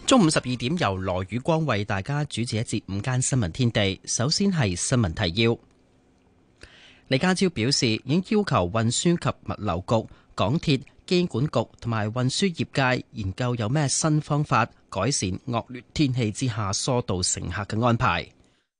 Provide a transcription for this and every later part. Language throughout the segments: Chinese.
中午12點，由羅宇光為大家主持一節午間新聞天地。首先係新聞提要。李家超表示，已經要求運輸及物流局、港鐵、機管局同埋運輸業界研究有咩新方法改善惡劣天氣之下疏導乘客嘅安排。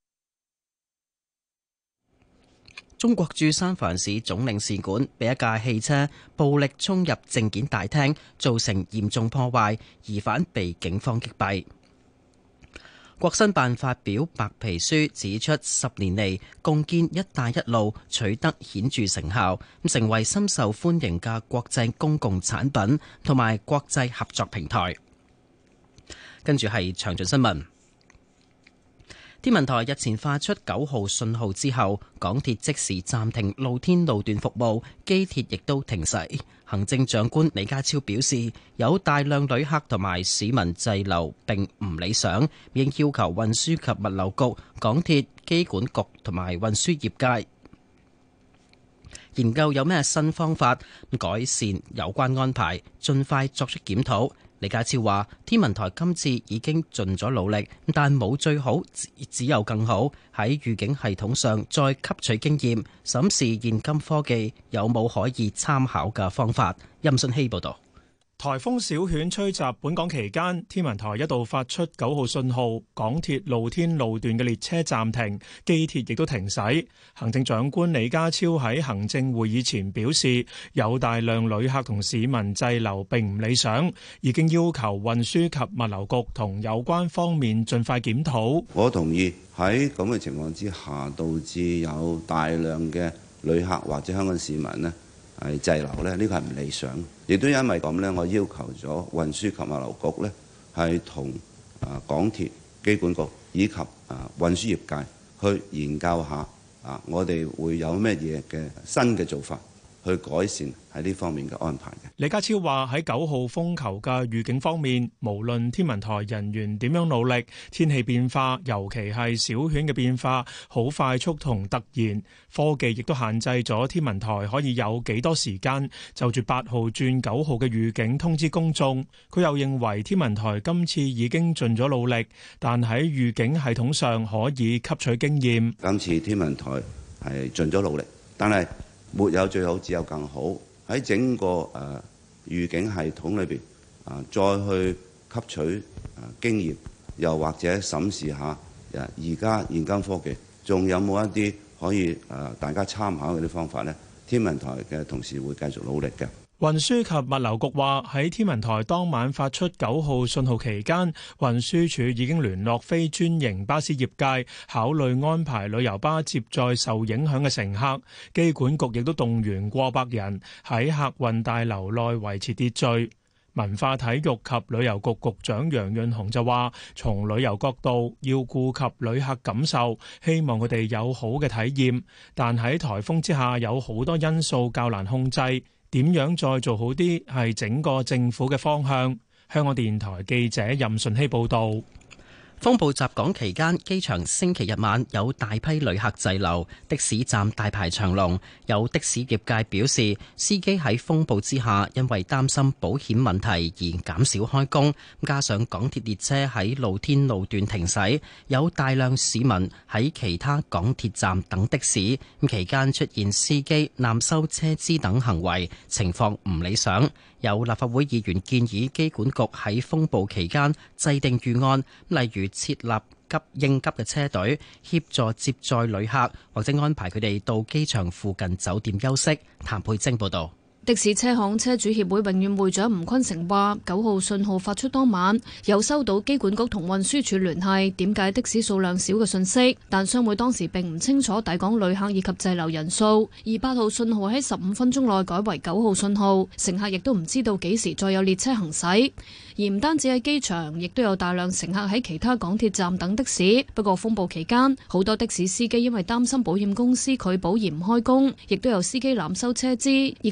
中國駐三藩市總領事館被一架汽車暴力衝入證件大廳，造成嚴重破壞，疑犯被警方擊斃。國新辦發表白皮書，指出10年嚟共建“一帶一路”取得顯著成效，成為深受歡迎嘅國際公共產品同埋國際合作平台。跟住係詳盡新聞。天文台日前發出9號信號之後，港鐵即時暫停露天路段服務，機鐵亦都停駛。行政長官李家超表示，有大量旅客同埋市民滯留並唔理想，已經要求運輸及物流局、港鐵、機管局同埋運輸業界研究有咩新方法改善有關安排，盡快作出檢討。李家超話：天文台今次已經盡咗努力，但冇最好，只有更好。喺預警系統上再吸取經驗，審視現今科技有冇可以參考嘅方法。任信希報導。 颱風小犬吹襲本港期間，天文台一度發出9號信號，港鐵露天路段嘅列車暫停，機鐵亦都停駛。行政長官李家超喺行政會議前表示，有大量旅客同市民滯留並唔理想，已經要求運輸及物流局同有關方面盡快檢討。 我同意喺咁嘅情況之下，導致有大量嘅旅客或者香港市民呢係滯留咧，呢個係唔理想。亦都因為咁咧，我要求咗運輸及物流局咧係同港鐵、機管局以及運輸業界去研究下我哋會有咩嘢嘅新嘅做法去改善喺呢方面嘅安排嘅。 李家超話喺9號風球嘅預警方面，無論天文台人員點樣努力，天氣變化，尤其係小犬嘅變化，好快速同突然，科技亦都限制咗天文台可以有幾多時間就住8號轉9號嘅預警通知公眾。佢又認為天文台今次已經盡咗努力，但喺預警系統上可以吸取經驗。 今次天文台係盡咗努力，但係沒有最好，只有更好。喺整個預警系統裏邊再去吸取經驗，又或者審視下而家現今科技仲有冇一啲可以大家參考嘅啲方法呢？天文台嘅同事會繼續努力嘅。 運輸及物流局話喺天文台當晚發出9號信號期間，運輸署已經聯絡非專營巴士業界，考慮安排旅遊巴接載受影響嘅乘客。機管局亦都動員過百人喺客運大樓內維持秩序。文化體育及旅遊局局長楊潤雄就話，從旅遊角度要顧及旅客感受，希望佢哋有好嘅體驗，但喺颱風之下有好多因素較難控制。點樣再做好啲係整個政府嘅方向。香港電台記者任順希報導。 風暴襲港期間，機場星期日晚有大批旅客滯留，的士站大排長龍。有的士業界表示，司機喺風暴之下，因為擔心保險問題而減少開工。加上港鐵列車喺露天路段停駛，有大量市民喺其他港鐵站等的士。期間出現司機濫收車資等行為，情況唔理想。有立法會議員建議機管局喺風暴期間制定預案，例如設立應急嘅車隊，協助接載旅客，或者安排佢哋到機場附近酒店休息。譚佩晶報導。 的士車行車主協會永遠會長吳坤成話：9號信號發出當晚，有收到機管局同運輸署聯繫，點解的士數量少嘅信息，但商會當時並唔清楚抵港旅客以及滯留人數。而8號信號喺15分鐘內改為9號信號，乘客亦都唔知道幾時再有列車行駛。而唔單止喺機場，亦都有大量乘客喺其他港鐵站等的士。不過風暴期間，好多的士司機因為擔心保險公司拒保而唔開工，亦都有司機濫收車資以及白牌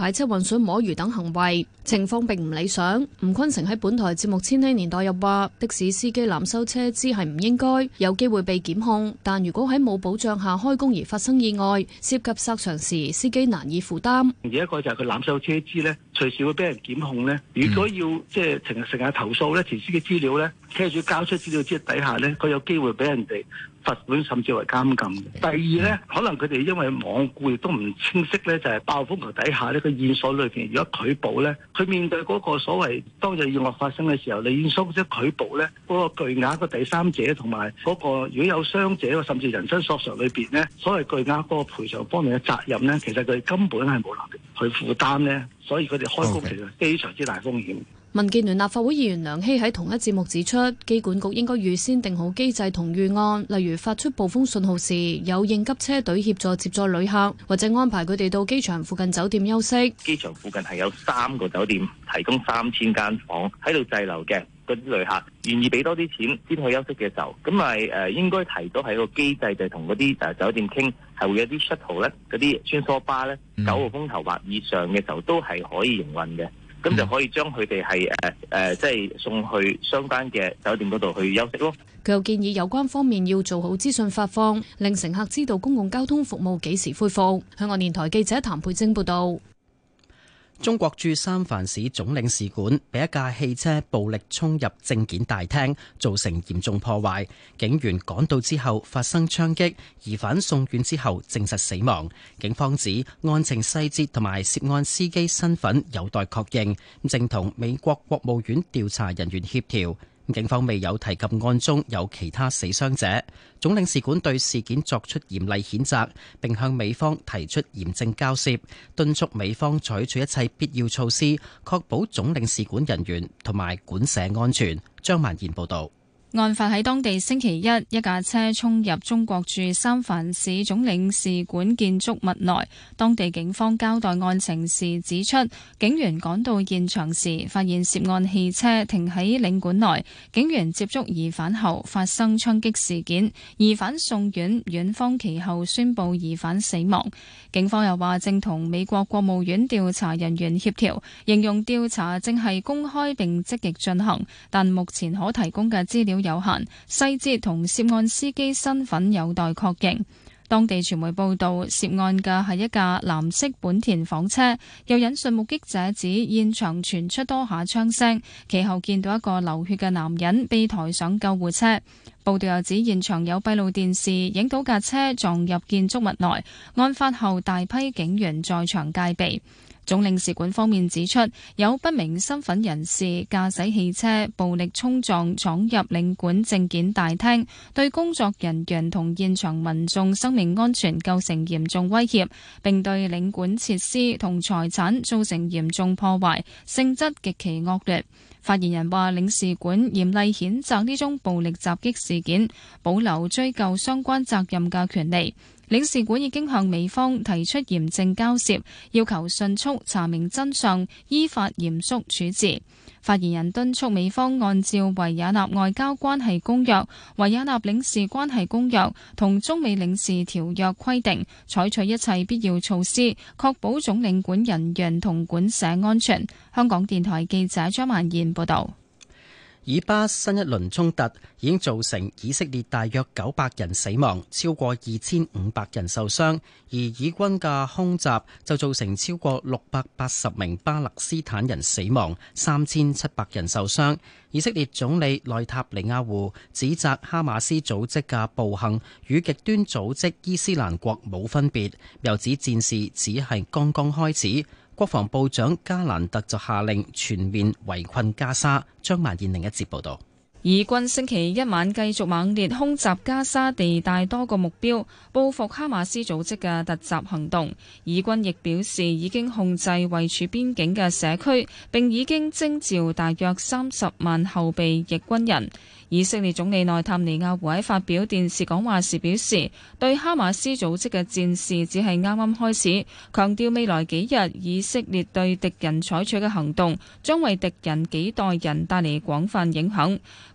牌車混水摸魚等行為，情況並唔理想。吳坤成喺本台節目《千禧年代》又話，的士司機濫收車資係唔應該，有機會被檢控。但如果喺冇保障下開工而發生意外，涉及索償時，司機難以負擔。 而一個就係佢濫收車資咧，隨時會俾人檢控咧。如果要即係成日投訴咧，填司機資料咧，車主交出資料之底下咧，佢有機會俾人哋罰款甚至為監禁。第二咧，可能佢哋因為罔顧亦都唔清晰咧，就係暴風球底下呢個驗所裏邊，如果拒捕咧，佢面對嗰個所謂當日意外發生嘅時候，你驗所即係拒捕咧，嗰個巨額嘅第三者同埋嗰個如果有傷者甚至人身索償裏邊咧，所謂巨額嗰個賠償方面嘅責任咧，其實佢哋根本係冇能力去負擔咧，所以佢哋開工其實非常之大風險。 民建聯立法會議員梁希喺同一節目指出，機管局應該預先定好機制同預案，例如發出暴風信號時有應急車隊協助接載旅客，或者安排佢哋到機場附近酒店休息。 機場附近係有3個酒店提供3000間房喺度滯留嘅嗰啲旅客，願意俾多啲錢先去休息嘅時候，咁咪應該提到係個機制，就係同嗰啲酒店傾，係會有啲 shuttle 咧，嗰啲穿梭巴咧，9號風球或以上嘅時候都係可以營運嘅。咁就可以將佢哋係即係送去相關嘅酒店嗰度去休息咯。 佢又建議有關方面要做好資訊發放，令乘客知道公共交通服務幾時恢復。香港電台記者譚佩晶報導。 中國駐三藩市總領事館被一架汽車暴力衝入證件大廳，造成嚴重破壞。警員趕到之後發生槍擊，疑犯送院之後證實死亡。警方指案情細節同埋涉案司機身份有待確認，正同美國國務院調查人員協調。警方未有提及案中有其他死傷者。總領事館對事件作出嚴厲譴責，並向美方提出嚴正交涉，敦促美方採取一切必要措施，確保總領事館人員同埋館舍安全。張曼賢報導。 案發喺當地星期一，一架車衝入中國駐三藩市總領事館建築物內。當地警方交代案情時指出，警員趕到現場時，發現涉案汽車停喺領館內。警員接觸疑犯後發生槍擊事件，疑犯送院，院方其後宣布疑犯死亡。警方又話正同美國國務院調查人員協調，形容調查正係公開並積極進行，但目前可提供嘅資料有限，細節同涉案司機身份有待確認。當地傳媒報道，涉案嘅係一架藍色本田房車，又引述目擊者指現場傳出多下槍聲，其後見到一個流血嘅男人被抬上救護車。報道又指現場有閉路電視影到架車撞入建築物內，案發後大批警員在場戒備。總領事館方面指出，有不明身份人士駕駛汽車暴力衝撞闖入領館證件大廳，對工作人員同現場民眾生命安全構成嚴重威脅，並對領館設施同財產造成嚴重破壞，性質極其惡劣。發言人話，領事館嚴厲譴責呢宗暴力襲擊事件，保留追究相關責任嘅權利。領事館已經向美方提出嚴正交涉，要求迅速查明真相，依法嚴肅處置。發言人敦促美方按照維也納外交關係公約、維也納領事關係公約同中美領事條約規定，採取一切必要措施，確保總領館人員同館舍安全。香港電台記者張曼燕報道。 以巴新一輪衝突已經造成以色列大約900人死亡，超過2500人受傷，而以軍嘅空襲就造成超過680名巴勒斯坦人死亡，3700人受傷。以色列總理內塔尼亞胡指責哈馬斯組織嘅暴行與極端組織伊斯蘭國冇分別，又指戰事只係剛剛開始。國防部長加蘭特就下令全面圍困加沙。張曼燕另一節報道。 以軍星期一晚繼續猛烈空襲加沙地帶多個目標，報復哈馬斯組織嘅突襲行動。以軍亦表示已經控制位處邊境嘅社區，並已經徵召大約30萬後備役軍人。以色列總理內塔尼亞胡喺發表電視講話時表示，對哈馬斯組織嘅戰事只係啱啱開始，強調未來幾日以色列對敵人採取嘅行動將為敵人幾代人帶嚟廣泛影響。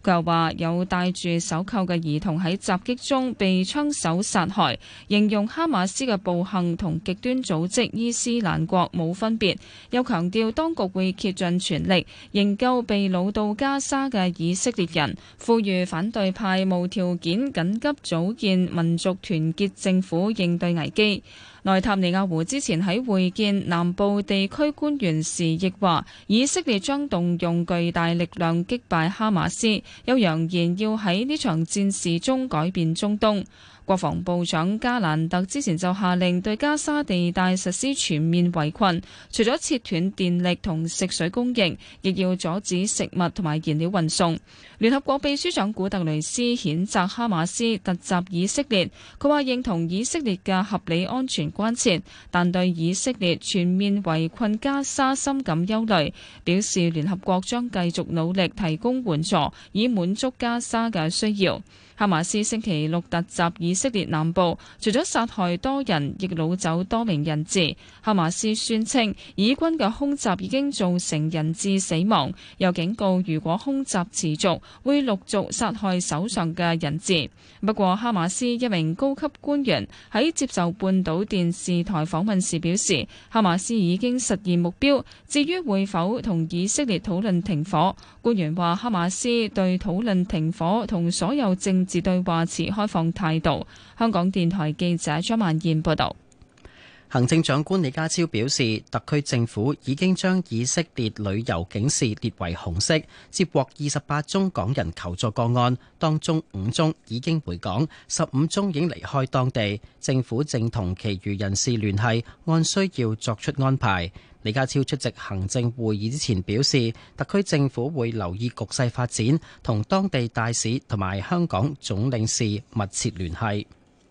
佢又話有戴住手銬嘅兒童喺襲擊中被槍手殺害，形容哈馬斯嘅暴行同極端組織伊斯蘭國冇分別，又強調當局會竭盡全力營救被擄到加沙嘅以色列人，呼籲反對派無條件緊急組建民族團結政府應對危機。內塔尼亞胡之前喺會見南部地區官員時亦話，以色列將動用巨大力量擊敗哈馬斯，又揚言要喺呢場戰事中改變中東。國防部長加蘭特之前就下令對加沙地帶實施全面圍困，除咗切斷電力同食水供應，亦要阻止食物同埋燃料運送。聯合國秘書長古特雷斯譴責哈馬斯突襲以色列，佢話認同以色列嘅合理安全關切，但對以色列全面圍困加沙深感憂慮，表示聯合國將繼續努力提供援助，以滿足加沙嘅需要。哈馬斯星期六突襲以色列南部，除咗殺害多人，亦擄走多名人質。哈馬斯宣稱，以軍嘅空襲已經造成人質死亡，又警告如果空襲持續，會陸續殺害手上嘅人質。不過，哈馬斯一名高級官員喺接受半島電視台訪問時表示，哈馬斯已經實現目標。至於會否同以色列討論停火，官員話哈馬斯對討論停火同所有政治對話持開放態度。香港電台記者張曼燕報道。 行政長官李家超表示，特區政府已經將以色列旅遊警示列為紅色，接獲28宗港人求助個案，當中5宗已經回港，15宗已經離開當地。政府正同其餘人士聯繫，按需要作出安排。李家超出席行政會議之前表示，特區政府會留意局勢發展，同當地大使同埋香港總領事密切聯繫。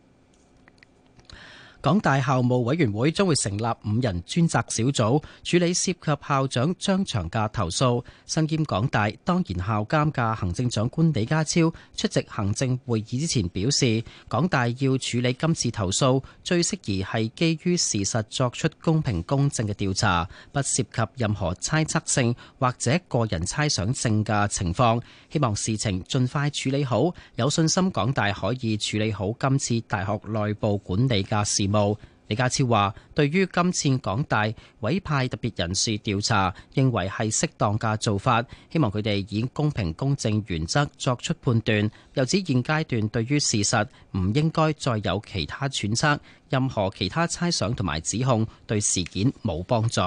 港大校務委員會將會成立5人專責小組，處理涉及校長張翔嘅投訴。身兼港大當然校監嘅行政長官李家超出席行政會議之前表示，港大要處理今次投訴，最適宜係基於事實作出公平公正嘅調查，不涉及任何猜測性或者個人猜想性嘅情況。希望事情盡快處理好，有信心港大可以處理好今次大學內部管理嘅事務。李家超話，對於今次港大委派特別人士調查，認為係適當嘅做法，希望佢哋以公平公正原則作出判斷。又指現階段對於事實唔應該再有其他揣測，任何其他猜想同埋指控對事件冇幫助。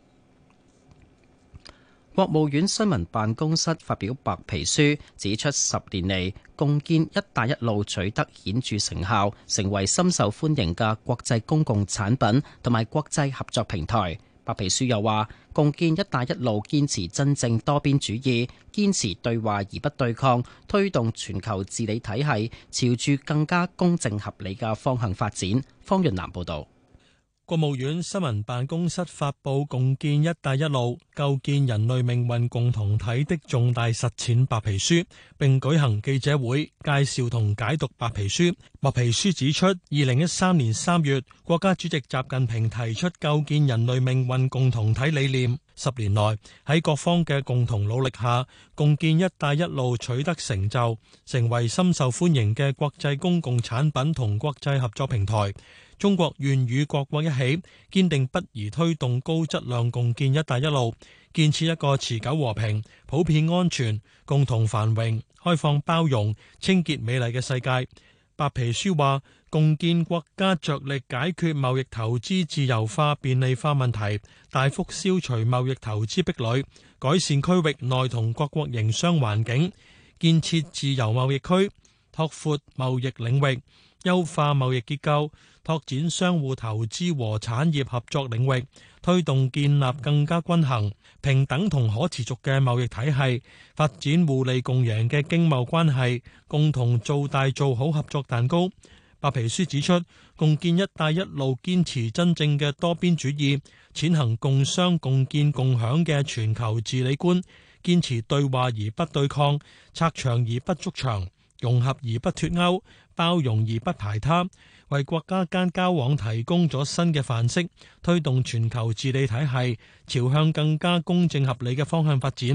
國務院新聞辦公室發表白皮書，指出10年嚟共建「一帶一路」取得顯著成效，成為深受歡迎嘅國際公共產品同埋國際合作平台。白皮書又話，共建「一帶一路」堅持真正多邊主義，堅持對話而不對抗，推動全球治理體系朝住更加公正合理嘅方向發展。方潤南報導。 國務院新聞辦公室發布共建「一帶一路」構建人類命運共同體的重大實踐白皮書，並舉行記者會介紹同解讀白皮書。白皮書指出，2013年3月，國家主席習近平提出構建人類命運共同體理念。10年來，喺各方嘅共同努力下，共建「一帶一路」取得成就，成為深受歡迎嘅國際公共產品同國際合作平台。中國願與各國一起，堅定不移推動高質量共建「一帶一路」，建設一個持久和平、普遍安全、共同繁榮、開放包容、清潔美麗嘅世界。白皮書話，共建國家着力解決貿易投資自由化便利化問題，大幅消除貿易投資壁壘，改善區域內同各國營商環境，建設自由貿易區，拓闊貿易領域，優化貿易結構，拓展相互投資和產業合作領域，推動建立更加均衡、平等同可持續嘅貿易體系，發展互利共贏嘅經貿關係，共同做大做好合作蛋糕。白皮書指出，共建「一帶一路」堅持真正嘅多邊主義，踐行共商共建共享嘅全球治理觀，堅持對話而不對抗，拆牆而不築牆，融合而不脫鈎，包容而不排他，為國家間交往提供咗新嘅範式，推動全球治理體系朝向更加公正合理嘅方向發展。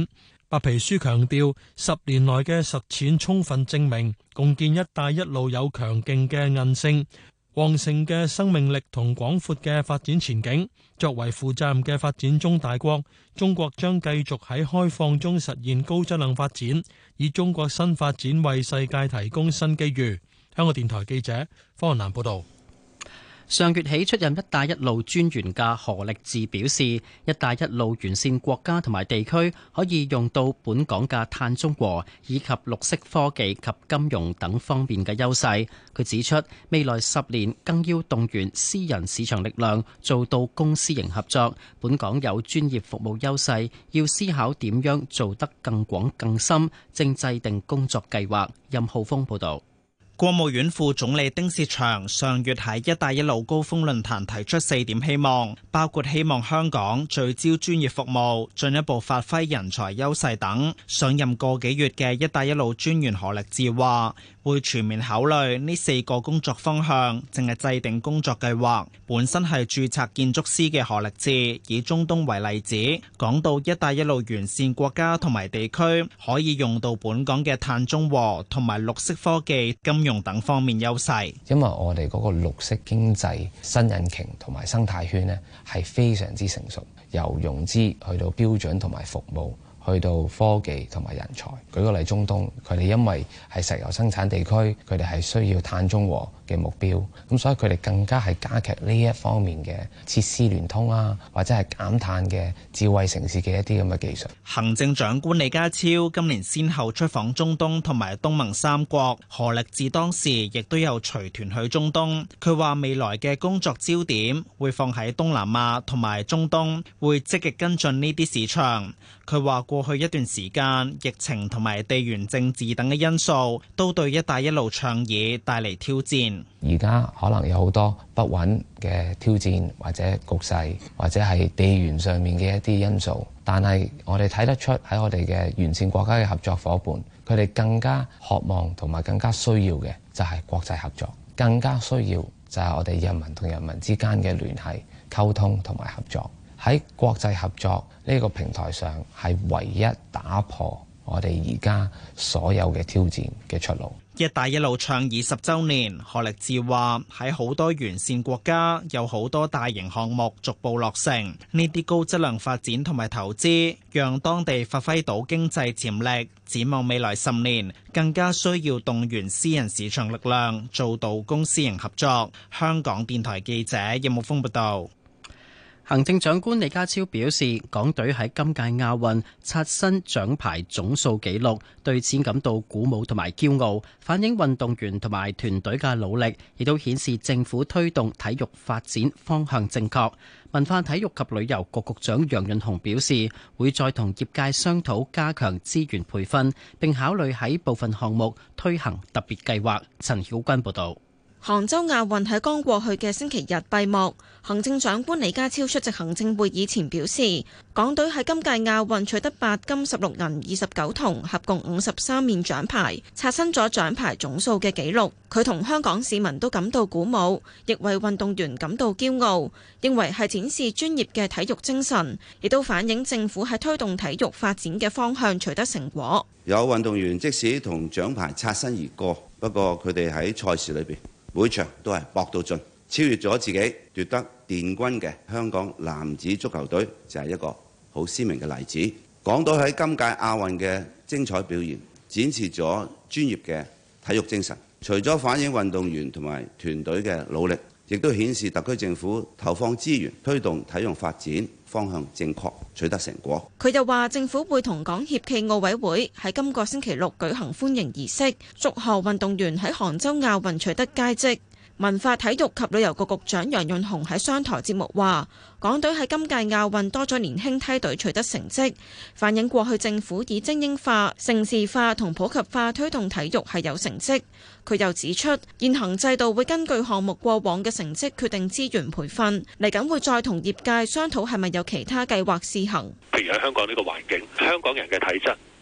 白皮書強調，10年來嘅實踐充分證明，共建一帶一路有強勁嘅韌性、旺盛嘅生命力同廣闊嘅發展前景。作為負責任嘅發展中大國，中國將繼續喺開放中實現高質量發展，以中國新發展為世界提供新機遇。香港電台記者方雲南報道。 上月起出任一帶一路專員嘅何力智表示，一帶一路沿線國家同埋地區可以用到本港嘅碳中和以及綠色科技及金融等方面嘅優勢。佢指出，未來10年更要動員私人市場力量，做到公私營合作。本港有專業服務優勢，要思考點樣做得更廣更深，正制定工作計劃。任浩峰報導。 國務院副總理丁薛祥上月喺一帶一路高峰論壇提出4點希望，包括希望香港聚焦專業服務，進一步發揮人才優勢等。上任個幾月嘅一帶一路專員何力智話，會全面考慮呢4個工作方向，正係制定工作計劃。本身係註冊建築師嘅何力智以中東為例子，講到一帶一路沿線國家同埋地區可以用到本港嘅碳中和同埋綠色科技、金融等方面優勢。 因為我哋嗰個綠色經濟新引擎同埋生態圈呢係非常之成熟，由融資去到標準同埋服務，去到科技同埋人才。舉個例，中東佢哋因為係石油生產地區，佢哋係需要碳中和嘅目標，咁所以佢哋更加係加劇呢一方面嘅設施聯通啊，或者係減碳嘅智慧城市嘅一啲咁嘅技術。 行政長官李家超今年先後出訪中東同埋東盟3國，何力智當時亦都有隨團去中東。佢話未來嘅工作焦點會放喺東南亞同埋中東，會積極跟進呢啲市場。佢話過去一段時間，疫情同埋地緣政治等嘅因素都對一帶一路倡議帶嚟挑戰。 而家可能有好多不穩嘅挑戰，或者局勢，或者係地緣上面嘅一啲因素。但係我哋睇得出喺我哋嘅沿線國家嘅合作伙伴，佢哋更加渴望同埋更加需要嘅就係國際合作，更加需要就係我哋人民同人民之間嘅聯繫、溝通同埋合作。喺國際合作呢個平台上，係唯一打破我哋而家所有嘅挑戰嘅出路。 一帶一路倡議10週年，何力智話喺好多沿線國家有好多大型項目逐步落成，呢啲高質量發展同埋投資，讓當地發揮到經濟潛力。展望未來10年，更加需要動員私人市場力量，做到公私營合作。香港電台記者任木峰報道。 行政長官李家超表示，港隊喺今屆亞運刷新獎牌總數紀錄，對此感到鼓舞同埋驕傲，反映運動員同埋團隊嘅努力，亦都顯示政府推動體育發展方向正確。文化體育及旅遊局局長楊潤雄表示，會再同業界商討加強資源培訓，並考慮喺部分項目推行特別計劃。陳曉君報導。 杭州亞運喺剛過去嘅星期日閉幕，行政長官李家超出席行政會議前表示，港隊喺今屆亞運取得8金16銀29銅，合共53面獎牌，刷新咗獎牌總數嘅紀錄。佢同香港市民都感到鼓舞，亦為運動員感到驕傲，認為係展示專業嘅體育精神，亦都反映政府喺推動體育發展嘅方向取得成果。 有運動員即使同獎牌擦身而過，不過佢哋喺賽事裏邊每場都係搏到盡，超越咗自己，奪得殿軍嘅香港男子足球隊就係一個好鮮明嘅例子。港隊喺今屆亞運嘅精彩表現，展示咗專業嘅體育精神。除咗反映運動員同埋團隊嘅努力，亦都顯示特區政府投放資源推動體育發展方向正確，取得成果。 佢又話政府會同港協暨奧委會喺今個星期6舉行歡迎儀式，祝賀運動員喺杭州亞運取得佳績。文化體育及旅遊局局長楊潤雄喺商台節目話，港隊喺今屆亞運多咗年輕梯隊取得成績，反映過去政府以精英化、盛事化同普及化推動體育係有成績。佢又指出，現行制度會根據項目過往嘅成績決定資源培訓，嚟緊會再同業界商討係咪有其他計劃試行。 譬如喺香港呢個環境，香港人嘅體質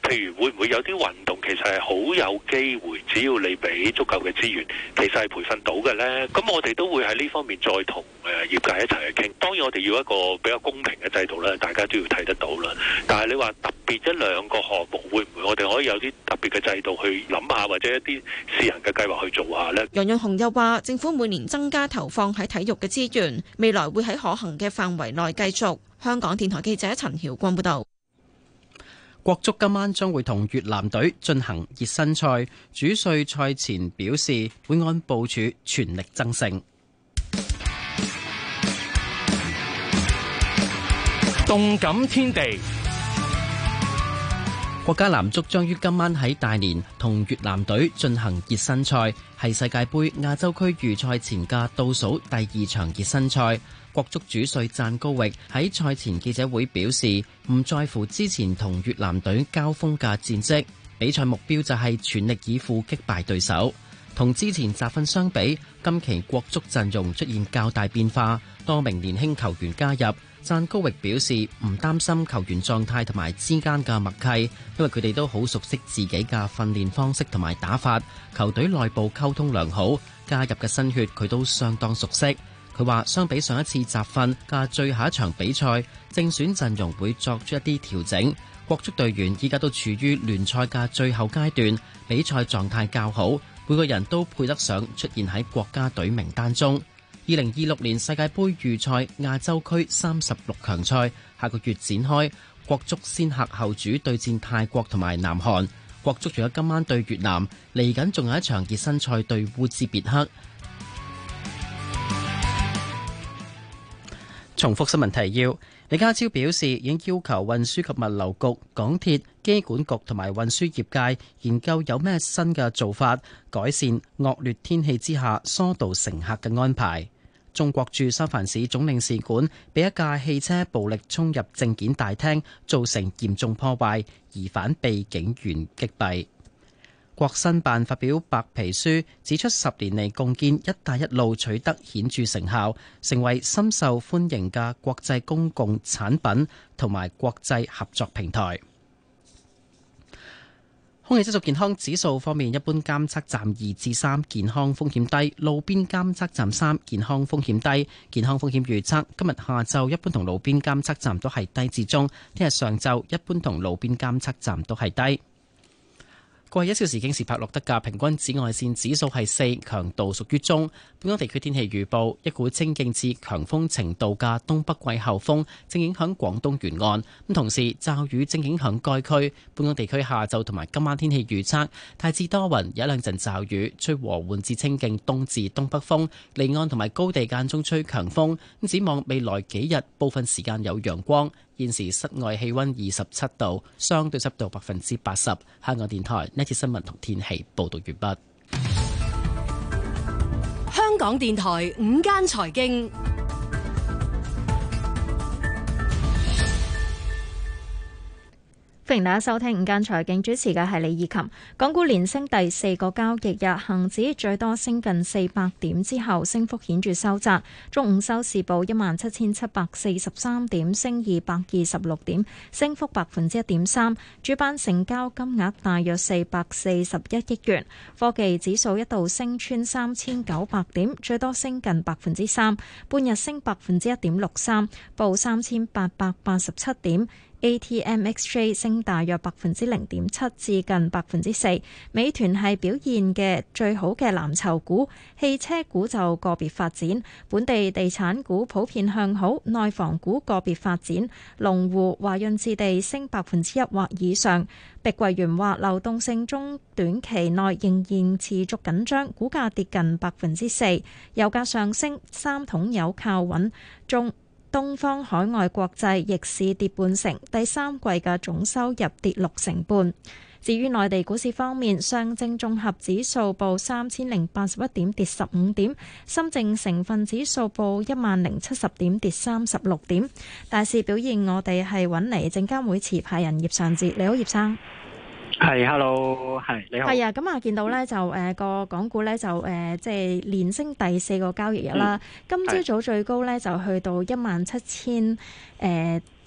譬如會唔會有啲運動其實係好有機會，只要你俾足夠嘅資源，其實係培訓到嘅呢？咁我哋都會喺呢方面再同業界一齊去傾。當然我哋要一個比較公平嘅制度咧，大家都要睇得到啦。但係你話特別一兩個項目，會唔會我哋可以有啲特別嘅制度去諗下，或者一啲試行嘅計劃去做下呢？ 楊潤雄又話，政府每年增加投放喺體育嘅資源，未來會喺可行嘅範圍內繼續。香港電台記者陳曉君報道。 國足今晚將會同越南隊進行熱身賽，主帥賽前表示會按部署全力爭勝。 動感天地， 國家男足將於今晚喺大連同越南隊進行熱身賽，係世界盃亞洲區預賽前嘅倒數第2場熱身賽。國足主帥讚高域喺賽前記者會表示，唔在乎之前同越南隊交鋒嘅戰績，比賽目標就係全力以赴擊敗對手。同之前集訓相比，今期國足陣容出現較大變化，多名年輕球員加入。讚高域表示唔擔心球員狀態同埋之間嘅默契，因為佢哋都好熟悉自己嘅訓練方式同埋打法，球隊內部溝通良好，加入嘅新血佢都相當熟悉。佢話相比上一次集訓嘅最後一場比賽，正選陣容會作出一啲調整。國足隊員依家都處於聯賽嘅最後階段，比賽狀態較好，每個人都配得上出現喺國家隊名單中。2026年世界盃預賽亞洲區36強賽下個月展開，國足先客後主對戰泰國同埋南韓。國足除咗今晚對越南，嚟緊仲有一場熱身賽對烏茲別克。重複新聞提要，李家超表示已經要求運輸及物流局、港鐵、機管局同埋運輸業界研究有咩新嘅做法，改善惡劣天氣之下疏導乘客嘅安排。中國駐三藩市總領事館被一架汽車暴力衝入證件大廳，造成嚴重破壞，疑犯被警員擊斃。國新辦發表白皮書，指出10年嚟共建「一帶一路」取得顯著成效，成為深受歡迎嘅國際公共產品同埋國際合作平台。空氣質素健康指數方面，一般監測站2至3，健康風險低；路邊監測站3，健康風險低。健康風險預測今日下晝一般同路邊監測站都係低至中，聽日上晝一般同路邊監測站都係低。過去1小時京士柏錄得嘅平均紫外線指數係4，強度屬於中。本港地區天氣預報，一股清勁至強風程度嘅東北季候風正影響廣東沿岸，咁同時驟雨正影響該區。本港地區下晝同埋今晚天氣預測，大致多雲，有一兩陣驟雨，吹和緩至清勁東至東北風，離岸同埋高地間中吹強風。咁展望未來幾日，部分時間有陽光。現時室外氣溫27度，相對濕度80%。香港電台呢次新聞同天氣報道完畢。 香港電台午間財經。 歡迎大家收聽午間財經，主持嘅係李以琴。港股連升第4個交易日，恒指最多升近400點之後，升幅顯著收窄。中午收市報17,743點，升226點，升幅1.3%。主板成交金額大約441億元。科技指數一度升穿3,900點，最多升近3%，半日升1.63%，報3,887點。ATMXJ 升大約0.7%至近4%，美團係表現嘅最好嘅藍籌股，汽車股就個別發展，本地地產股普遍向好，內房股個別發展，龍湖、華潤置地升1%或以上。碧桂園話流動性中短期內仍然持續緊張，股價跌近4%。油價上升，三桶油靠穩，東方海外國際逆市跌半成，第三季嘅總收入跌6.5%。至於內地股市方面，上證綜合指數報3081點，跌15點；深證成分指數報1070點，跌36點。大市表現，我哋係揾嚟證監會持牌人葉尚志。你好，葉生。 係，hello，係你好。 係啊，咁啊，見到咧就個港股咧就即係連升第4個交易日啦。今朝早最高咧就去到17,000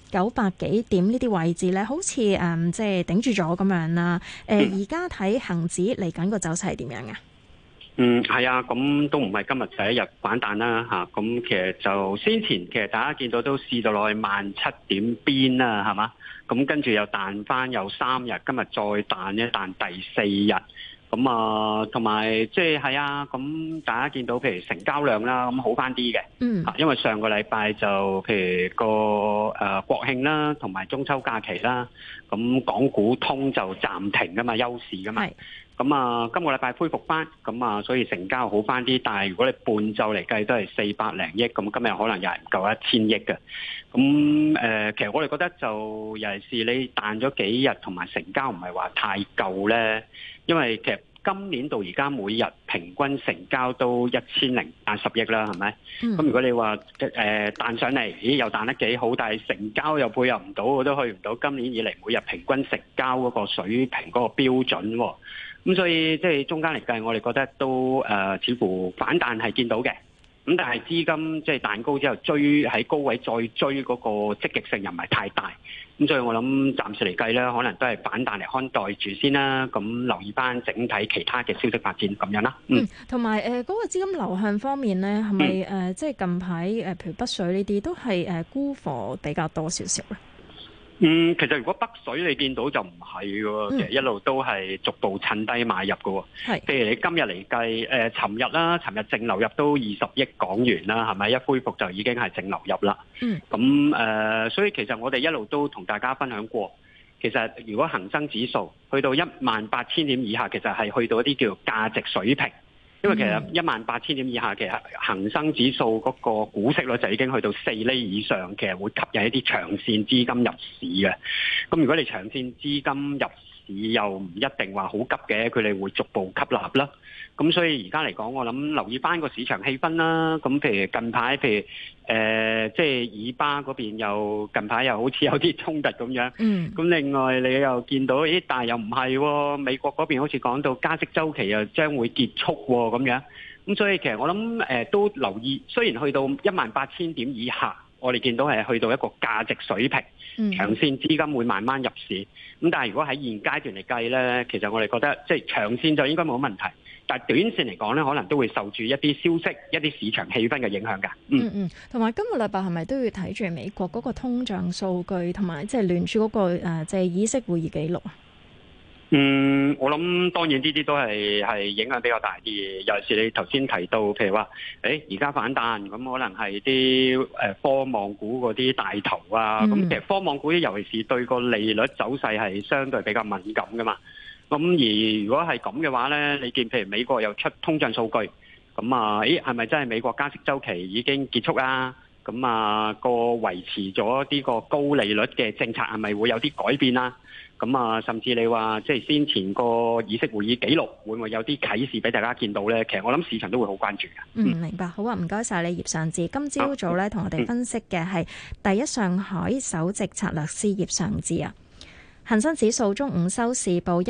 900幾點呢啲位置咧，好似即係頂住咗咁樣啦。而家睇恆指嚟緊個走勢係點樣啊？ 係啊，咁都唔係今日第一日反彈啦嚇。咁其實就先前其實大家見到都試到落去17,000點邊啦，係嘛？咁跟住又彈翻有3日，今日再彈一彈第4日。咁啊，同埋即係啊，咁大家見到譬如成交量啦，咁好翻啲嘅。因為上個禮拜就譬如個國慶啦，同埋中秋假期啦，咁港股通就暫停噶嘛，休市噶嘛。咁啊，今個禮拜恢復翻，咁啊，所以成交好翻啲。但係如果你半晝嚟計都係400零億，咁今日可能又係唔夠1000億嘅。咁其實我哋覺得就尤其是你彈咗幾日，同埋成交唔係話太夠咧，因為其實今年到而家每日平均成交都1080億啦，係咪？咁如果你話彈上嚟，咦又彈得幾好，但係成交又配合唔到，我都去唔到今年以嚟每日平均成交嗰個水平嗰個標準喎。咁所以即係中間嚟計，我哋覺得都似乎反彈係見到嘅。咁但係資金即係彈高之後追喺高位再追嗰個積極性又唔係太大。咁所以我諗暫時嚟計咧，可能都係反彈嚟看待住先啦。咁留意翻整體其他嘅消息發展咁樣啦。 同埋嗰個資金流向方面咧，係咪即係近排譬如北水呢啲都係沽貨比較多少少咧？ 其實如果北水你見到就唔係嘅，其實一路都係逐步趁低買入嘅。譬如你今日嚟計，尋日淨流入都20億港元啦，係咪？一恢復就已經係淨流入啦。咁所以其實我哋一路都同大家分享過，其實如果恒生指數去到18,000點以下，其實係去到一啲叫價值水平。因為其實18,000點以下，其實恒生指數嗰個股息率就已經去到4厘以上，其實會吸引一啲長線資金入市嘅。咁如果你長線資金入市又唔一定話好急嘅，佢哋會逐步吸納啦。咁所以而家嚟講，我諗留意翻個市場氣氛啦。咁譬如近排，即係以巴嗰邊又近排又好似有啲衝突咁樣。咁另外你又見到，但係又唔係喎，美國嗰邊好似講到加息週期又將會結束喎咁樣。咁所以其實我諗都留意，雖然去到18,000點以下，我哋見到係去到一個價值水平，長線資金會慢慢入市。咁但係如果喺現階段嚟計咧，其實我哋覺得即係長線就應該冇問題。但係短線嚟講咧，可能都會受住一啲消息、一啲市場氣氛嘅影響㗎。 同埋今個禮拜係咪都要睇住美國嗰個通脹數據，同埋即係聯儲嗰個即係議息會議記錄啊？ 我諗當然呢啲都係影響比較大啲，尤其是你頭先提到，譬如話，而家反彈，咁可能係啲科網股嗰啲大頭啊，咁其實科網股尤其是對個利率走勢係相對比較敏感噶嘛。咁而如果係咁嘅話咧，你見譬如美國又出通脹數據，咁啊，係咪真係美國加息週期已經結束啊？咁啊，個維持咗呢個高利率嘅政策係咪會有啲改變啊？咁啊，甚至你話即係先前個議息會議記錄會唔會有啲啟示俾大家見到咧？其實我諗市場都會好關注嘅。 明白。好啊，唔該晒你葉尚志。今朝早咧同我哋分析嘅係第一上海首席策略師葉尚志啊。恒生指數中午收市報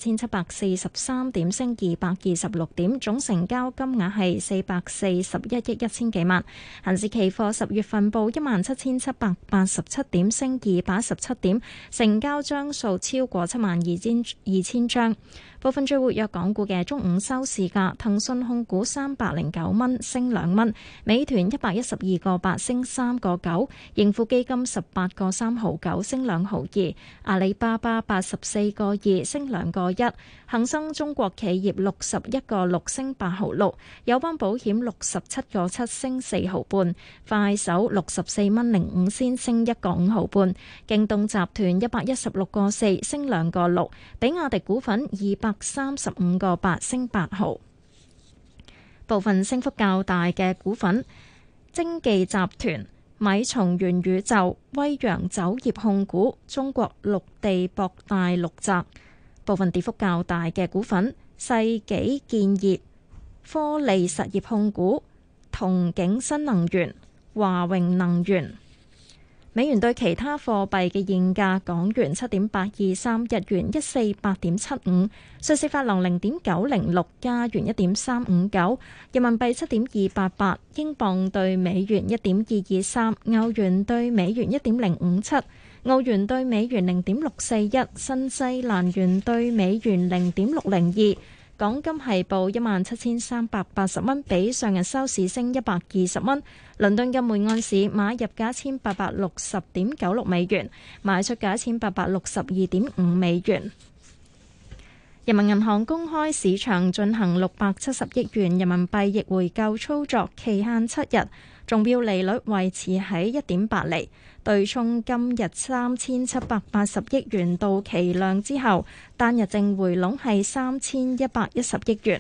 17,743點，升226點，總成交金額係441億1000幾萬。恒指期貨10月份報17,787點，升217點，成交張數超過72,000張。部分最活躍港股嘅中午收市價：騰訊控股309蚊，升2蚊；美團112個8，升3個9；盈富基金18個3毫9，升2毫2；阿里巴巴84個2，升2個1；恒生中國企業61個6，升8毫6；友邦保險67個7，升4毫半；快手64蚊05仙，升1個5毫半；京東集團116個4，升2個6；比亞迪股份235個8，升8毫。部分升幅較大嘅股份：精記集團、米松元宇宙、威揚酒業控股、中國陸地博大陸集。部分跌幅較大嘅股份：世紀建業、科利實業控股、同景新能源、華榮能源。 美元對其他貨幣嘅現價：港元7.823，日元148.75，瑞士法郎0.906，加元1.359，人民幣7.288，英鎊對美元1.223，歐元對美元1.057，澳元對美元0.641，新西蘭元對美元0.602。港金係報17,380蚊，比上日收市升120蚊。倫敦嘅每安士買入價1860.96美元，賣出價1862.5美元。人民銀行公開市場進行670億元人民幣逆回購操作，期限7日，中標利率維持喺1.8厘。對沖今日3780億元到期量之後，單日淨回籠係3110億元。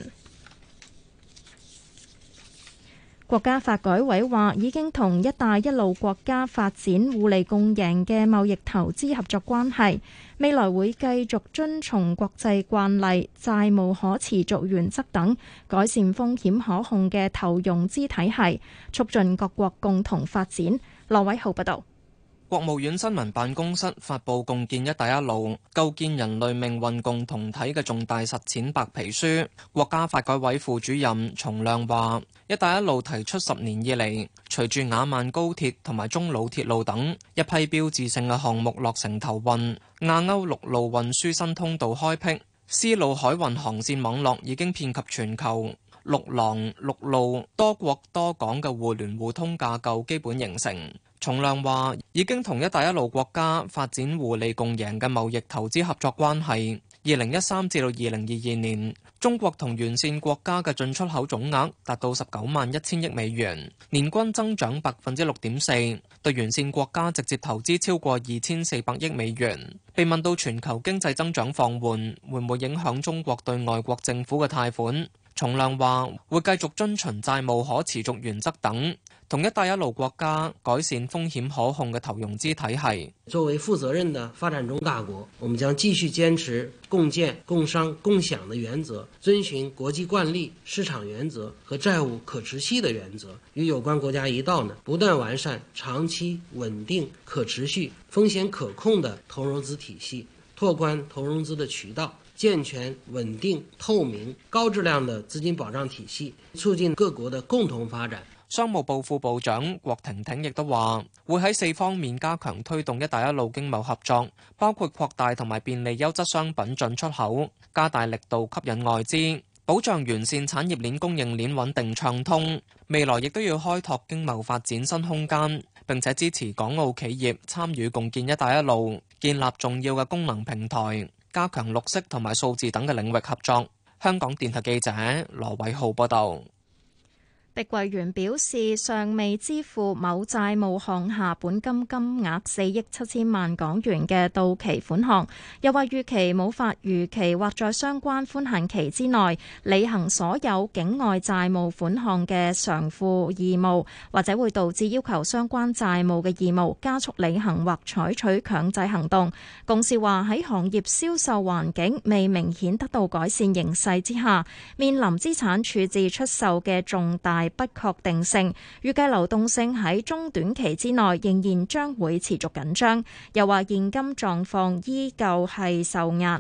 國家發改委話已經同一帶一路國家發展互利共贏嘅貿易投資合作關係，未來會繼續遵從國際慣例、債務可持續原則等，改善風險可控嘅投融資體系，促進各國共同發展。羅偉浩報道。 國務院新聞辦公室發布共建一帶一路構建人類命運共同體嘅重大實踐白皮書。國家發改委副主任叢亮話，一帶一路提出10年以嚟，隨住雅萬高鐵同埋中老鐵路等一批標誌性嘅項目落成投運，亞歐陸路運輸新通道開闢，絲路海運航線網絡已經遍及全球，陸廊陸路多國多港嘅互聯互通架構基本形成。叢亮話已經同一帶一路國家發展互利共贏嘅貿易投資合作關係。2013至到2022年，中國同沿線國家嘅進出口總額達到191000億美元，年均增長6.4%，對沿線國家直接投資超過2400億美元。被問到全球經濟增長放緩會唔會影響中國對外國政府嘅貸款，叢亮話會繼續遵循債務可持續原則等，同一帶一路國家改善風險可控嘅投融資體系。 作為負責任的發展中大國，我們將繼續堅持共建、共商、共享的原則，遵循國際慣例、市場原則和債務可持續的原則，與有關國家一道呢，不斷完善長期穩定、可持續、風險可控的投融資體系，拓寬投融資的渠道，健全穩定、透明、高質量的資金保障體系，促進各國的共同發展。 商務部副部長郭婷婷亦都話，會喺4方面加強推動一帶一路經貿合作，包括擴大同埋便利優質商品進出口，加大力度吸引外資，保障完善產業鏈供應鏈穩定暢通。未來亦都要開拓經貿發展新空間，並且支持港澳企業參與共建一帶一路，建立重要嘅功能平台，加強綠色同埋數字等嘅領域合作。香港電台記者羅偉浩報道。 碧桂園表示，尚未支付某債務項下本金金額4億7千萬港元嘅到期款項，又話預期無法如期或在相關寬限期之內履行所有境外債務款項嘅償付義務，或者會導致要求相關債務嘅義務加速履行或採取強制行動。公司話喺行業銷售環境未明顯得到改善形勢之下，面臨資產處置出售嘅重大不確定性，預計流動性喺中短期之內仍然將會持續緊張。又話現金狀況依舊係受壓。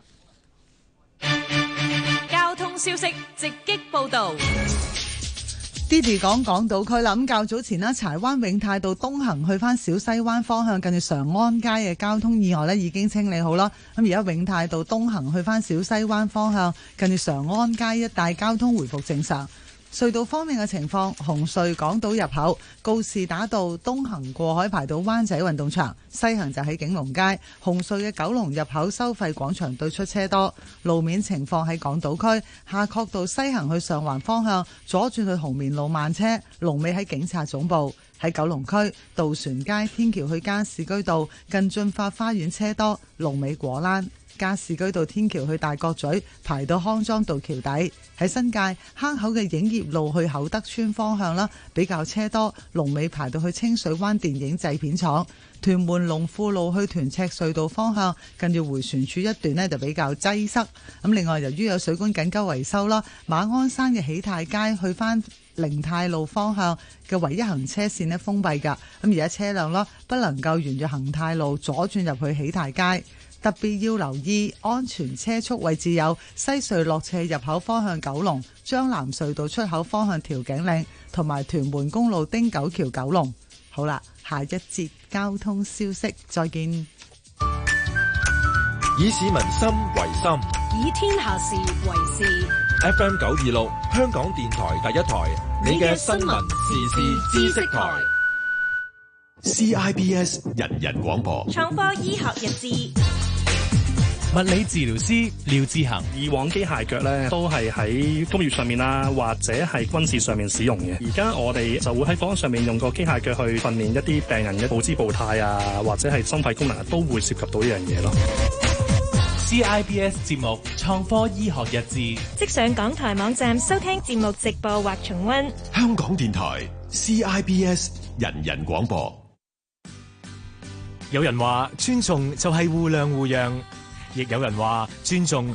交通消息直擊報導。 Didi 講港島區啦，咁較早前啦，柴灣永泰道東行去翻小西灣方向，近住常安街嘅交通意外呢已經清理好啦。咁而家永泰道東行去翻小西灣方向，近住常安街一帶交通回復正常。隧道方面嘅情況，紅隧港島入口告士打道東行過海排到灣仔運動場，西行就喺景隆街。紅隧嘅九龍入口收費廣場對出車多。路面情況喺港島區夏慤道西行去上環方向，左轉去紅棉路慢車，龍尾喺警察總部。喺九龍區渡船街天橋去加士居道近駿發花園車多，龍尾果欄。加士居道天橋去大角咀排到康莊道橋底。喺新界坑口嘅影業路去厚德村方向啦，比較車多，龍尾排到去清水灣電影製片廠。屯門龍富路去屯赤隧道方向，近住迴旋處一段呢就比較擠塞。咁另外由於有水管緊急維修啦，馬鞍山嘅喜泰街去翻寧泰路方向嘅唯一行車線呢封閉㗎。咁而家車輛咯不能夠沿住恒泰路左轉入去喜泰街。特別要留意安全車速位置有西隧落斜入口方向九龍、將藍隧道出口方向調景嶺同埋屯門公路汀九橋九龍。好啦，下一節交通消息，再見。 以市民心為心， 以天下事為事。 FM 926，香港電台第一台，你嘅新聞時事知識台。 CIBS 人人廣播， 創科醫學日誌。 物理治療師廖志恒， 以往機械腳咧都係喺工業上面啦，或者係軍事上面使用嘅。而家我哋就會喺房上面用個機械腳去訓練一啲病人嘅步姿步態啊，或者係心肺功能都會涉及到呢樣嘢咯。 CIBS 節目創科醫學日誌， 即上港台網站收聽節目直播或重溫。 香港電台 CIBS 人人廣播。 有人話尊重就係互諒互讓，亦有人話尊重